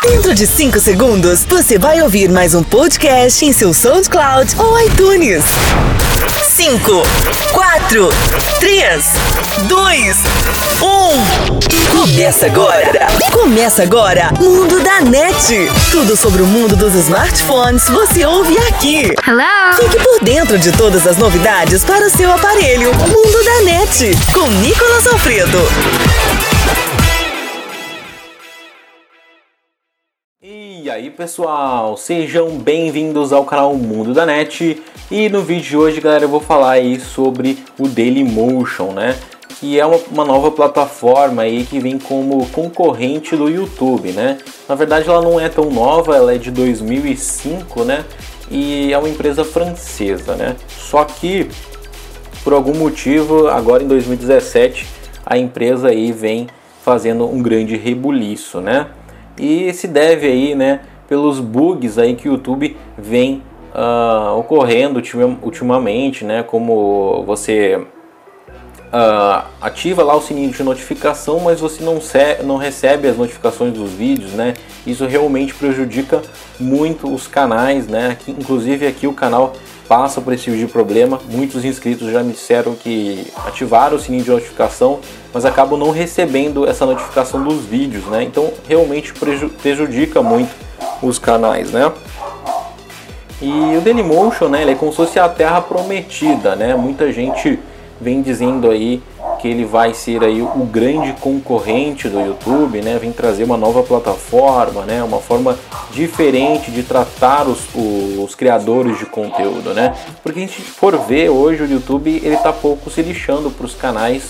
Dentro de 5 segundos, você vai ouvir mais um podcast em seu SoundCloud ou iTunes. 5, 4, 3, 2, 1. Começa agora, Mundo da NET. Tudo sobre o mundo dos smartphones você ouve aqui. Hello. Fique por dentro de todas as novidades para o seu aparelho. Mundo da NET, com Nicolas Alfredo. E aí pessoal, sejam bem-vindos ao canal Mundo da NET. E no vídeo de hoje, galera, eu vou falar aí sobre o Dailymotion, né? Que é uma nova plataforma aí que vem como concorrente do YouTube, né? Na verdade ela não é tão nova, ela é de 2005, né? E é uma empresa francesa, né? Só que, por algum motivo, agora em 2017, a empresa aí vem fazendo um grande rebuliço, né? E se deve aí, né, pelos bugs aí que o YouTube vem ocorrendo ultimamente, né? Como você ativa lá o sininho de notificação, mas você não recebe as notificações dos vídeos, né? Isso realmente prejudica muito os canais, né? Inclusive aqui o canal passa por esse tipo de problema. Muitos inscritos já me disseram que ativaram o sininho de notificação, mas acabam não recebendo essa notificação dos vídeos, né? Então realmente prejudica muito os canais, né? E o Dailymotion, né, ele é como se fosse a terra prometida, né? Muita gente vem dizendo aí que ele vai ser aí o grande concorrente do YouTube, né? Vem trazer uma nova plataforma, né? Uma forma diferente de tratar os criadores de conteúdo, né? Porque a gente for ver hoje o YouTube, ele tá pouco se lixando para os canais,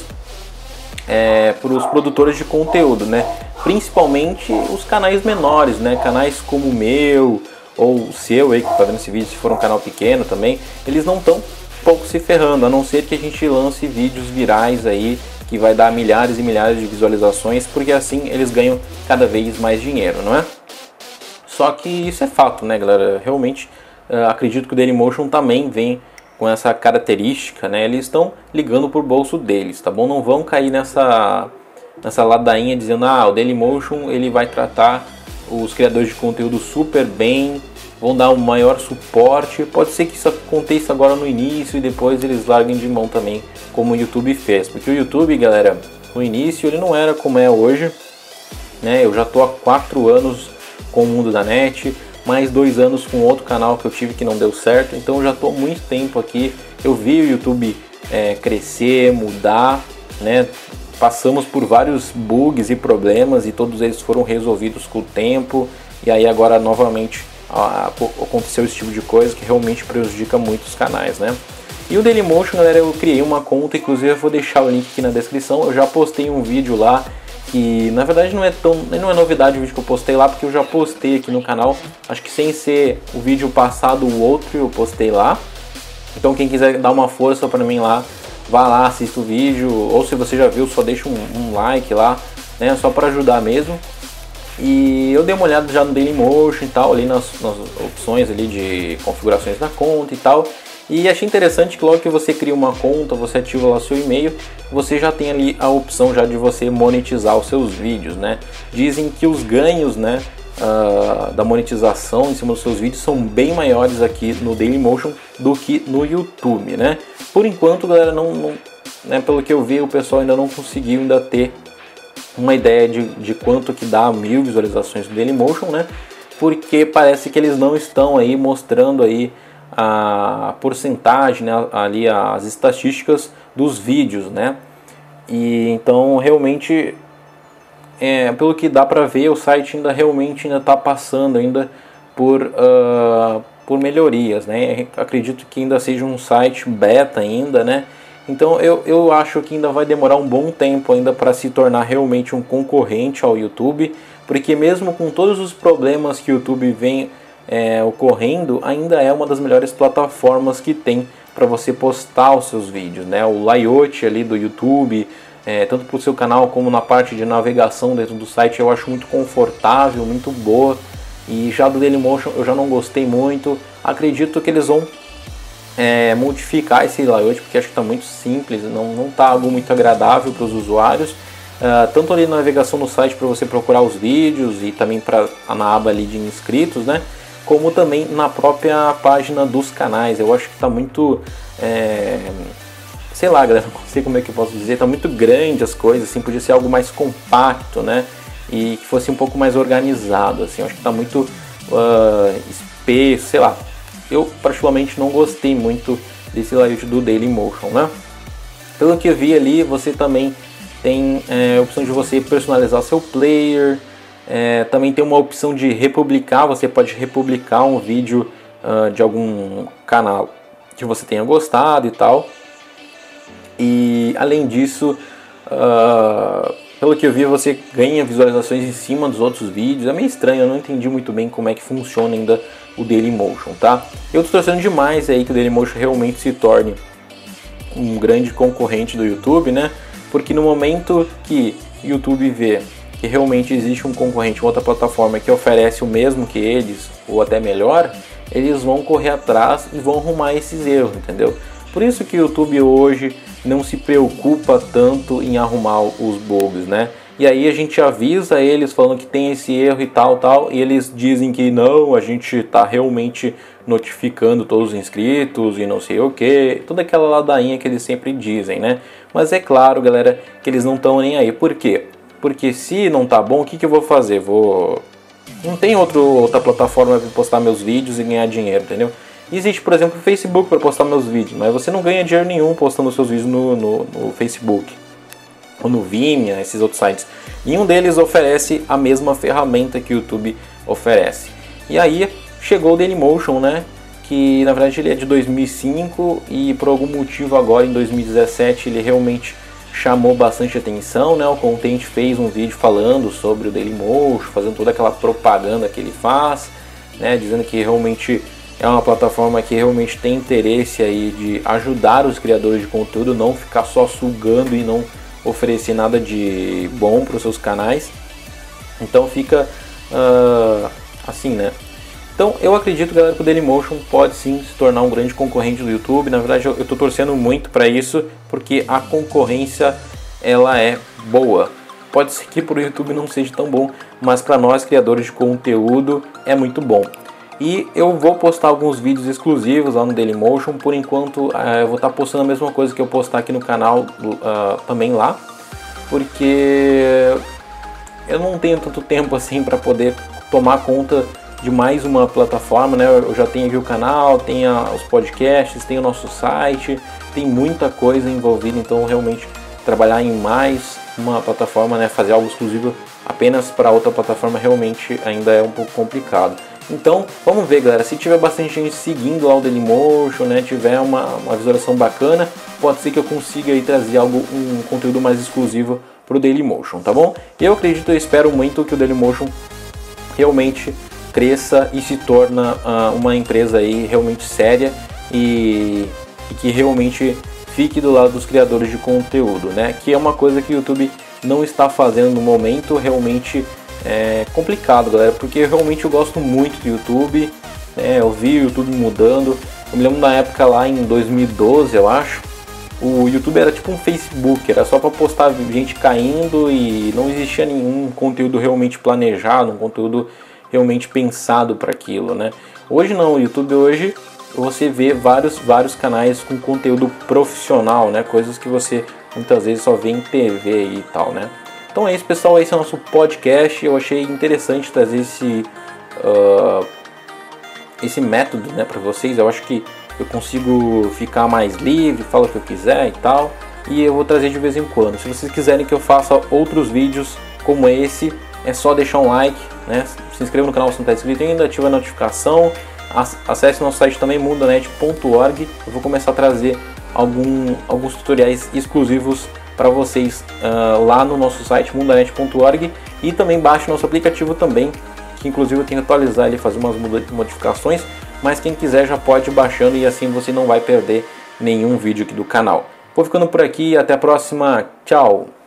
para os produtores de conteúdo, né? Principalmente os canais menores, né? Canais como o meu ou o seu aí que tá vendo esse vídeo, se for um canal pequeno também, eles não estão pouco se ferrando, a não ser que a gente lance vídeos virais aí que vai dar milhares e milhares de visualizações, porque assim eles ganham cada vez mais dinheiro, não é? Só que isso é fato, né, galera? Realmente acredito que o Dailymotion também vem com essa característica, né? Eles estão ligando pro bolso deles, tá bom? Não vão cair nessa ladainha dizendo, o Dailymotion ele vai tratar os criadores de conteúdo super bem, vão dar um maior suporte. Pode ser que isso aconteça agora no início e depois eles larguem de mão também, como o YouTube fez. Porque o YouTube, galera, no início ele não era como é hoje, né? Eu já tô há 4 anos com o Mundo da NET, mais 2 anos com outro canal que eu tive que não deu certo. Então eu já tô há muito tempo aqui. Eu vi o YouTube crescer, mudar, né? Passamos por vários bugs e problemas e todos eles foram resolvidos com o tempo. E aí agora novamente aconteceu esse tipo de coisa que realmente prejudica muito os canais, né? E o Dailymotion, galera, eu criei uma conta, inclusive eu vou deixar o link aqui na descrição. Eu já postei um vídeo lá que na verdade não é novidade o vídeo que eu postei lá, porque eu já postei aqui no canal, acho que sem ser o vídeo passado, o outro eu postei lá. Então quem quiser dar uma força para mim lá, vá lá, assista o vídeo, ou se você já viu, só deixa um like lá, né? Só para ajudar mesmo. E eu dei uma olhada já no Dailymotion e tal, ali nas opções ali de configurações da conta e tal. E achei interessante que logo que você cria uma conta, você ativa lá o seu e-mail, você já tem ali a opção já de você monetizar os seus vídeos, né? Dizem que os ganhos, né, da monetização em cima dos seus vídeos são bem maiores aqui no Dailymotion do que no YouTube, né? Por enquanto, galera, né, pelo que eu vi, o pessoal ainda não conseguiu ainda ter uma ideia de quanto que dá 1000 visualizações do Dailymotion, né? Porque parece que eles não estão aí mostrando aí a porcentagem, né, ali as estatísticas dos vídeos, né? E então realmente pelo que dá para ver, o site ainda está passando ainda por melhorias, né? Acredito que ainda seja um site beta ainda, né? Então eu acho que ainda vai demorar um bom tempo ainda para se tornar realmente um concorrente ao YouTube, porque mesmo com todos os problemas que o YouTube vem ocorrendo, ainda é uma das melhores plataformas que tem para você postar os seus vídeos, né? O layout ali do YouTube, tanto para o seu canal como na parte de navegação dentro do site, eu acho muito confortável, muito boa. E já do Dailymotion eu já não gostei muito. Acredito que eles vão modificar esse layout, porque acho que está muito simples, não está algo muito agradável para os usuários. tanto ali na navegação no site para você procurar os vídeos e também na aba ali de inscritos, né? Como também na própria página dos canais. Eu acho que está muito, sei lá, galera, não sei como é que eu posso dizer, está muito grande as coisas, assim, podia ser algo mais compacto, né? E que fosse um pouco mais organizado, assim. Eu acho que está muito espesso, sei lá. Eu particularmente não gostei muito desse layout do Dailymotion, né? Pelo que eu vi ali, você também tem a opção de você personalizar seu player. Também tem uma opção de republicar. Você pode republicar um vídeo de algum canal que você tenha gostado e tal. E além disso, pelo que eu vi, você ganha visualizações em cima dos outros vídeos. É meio estranho, eu não entendi muito bem como é que funciona ainda o Dailymotion, tá? Eu estou torcendo demais aí que o Dailymotion realmente se torne um grande concorrente do YouTube, né? Porque no momento que o YouTube vê que realmente existe um concorrente, uma outra plataforma que oferece o mesmo que eles, ou até melhor, eles vão correr atrás e vão arrumar esses erros, entendeu? Por isso que o YouTube hoje não se preocupa tanto em arrumar os bugs, né? E aí a gente avisa eles falando que tem esse erro e tal, e eles dizem que não, a gente está realmente notificando todos os inscritos e não sei o que, toda aquela ladainha que eles sempre dizem, né? Mas é claro, galera, que eles não estão nem aí. Por quê? Porque se não tá bom, o que eu vou fazer? Não tem outra plataforma para postar meus vídeos e ganhar dinheiro, entendeu? Existe, por exemplo, o Facebook para postar meus vídeos, mas você não ganha dinheiro nenhum postando seus vídeos no Facebook ou no Vimeo, esses outros sites. Nenhum deles oferece a mesma ferramenta que o YouTube oferece. E aí chegou o Dailymotion, né? Que na verdade ele é de 2005 e por algum motivo agora em 2017 ele realmente chamou bastante atenção, né? O Content fez um vídeo falando sobre o Dailymotion, fazendo toda aquela propaganda que ele faz, né? Dizendo que realmente é uma plataforma que realmente tem interesse aí de ajudar os criadores de conteúdo, não ficar só sugando e não oferecer nada de bom para os seus canais. Então fica assim, né? Então eu acredito, galera, que o Dailymotion pode sim se tornar um grande concorrente do YouTube. Na verdade eu estou torcendo muito para isso, porque a concorrência ela é boa. Pode ser que para o YouTube não seja tão bom, mas para nós criadores de conteúdo é muito bom. E eu vou postar alguns vídeos exclusivos lá no Dailymotion. Por enquanto eu vou estar postando a mesma coisa que eu postar aqui no canal também lá, porque eu não tenho tanto tempo assim para poder tomar conta de mais uma plataforma, né? Eu já tenho aqui o canal, tem os podcasts, tem o nosso site, tem muita coisa envolvida, então realmente trabalhar em mais uma plataforma, né? Fazer algo exclusivo apenas para outra plataforma realmente ainda é um pouco complicado. Então vamos ver, galera, se tiver bastante gente seguindo lá o Dailymotion, né? Tiver uma visualização bacana, pode ser que eu consiga aí trazer um conteúdo mais exclusivo para o Dailymotion, tá bom? Eu acredito, eu espero muito que o Dailymotion realmente cresça e se torna uma empresa aí realmente séria e que realmente fique do lado dos criadores de conteúdo, né? Que é uma coisa que o YouTube não está fazendo no momento. Realmente é complicado, galera, porque realmente eu gosto muito do YouTube, né? Eu vi o YouTube mudando. Eu me lembro na época lá em 2012, eu acho, o YouTube era tipo um Facebook, era só para postar gente caindo e não existia nenhum conteúdo realmente planejado, um conteúdo realmente pensado para aquilo, né? Hoje não, o YouTube hoje você vê vários canais com conteúdo profissional, né? Coisas que você muitas vezes só vê em TV e tal, né? Então é isso, pessoal, esse é o nosso podcast. Eu achei interessante trazer esse método, né, para vocês. Eu acho que eu consigo ficar mais livre, falar o que eu quiser e tal, e eu vou trazer de vez em quando. Se vocês quiserem que eu faça outros vídeos como esse, é só deixar um like, né? Se inscreva no canal se não está inscrito ainda, ativa a notificação, acesse nosso site também, mundonet.org. Eu vou começar a trazer alguns tutoriais exclusivos para vocês lá no nosso site, mundonet.org, e também baixe nosso aplicativo também, que inclusive eu tenho que atualizar ele, fazer umas modificações, mas quem quiser já pode ir baixando e assim você não vai perder nenhum vídeo aqui do canal. Vou ficando por aqui, até a próxima, tchau!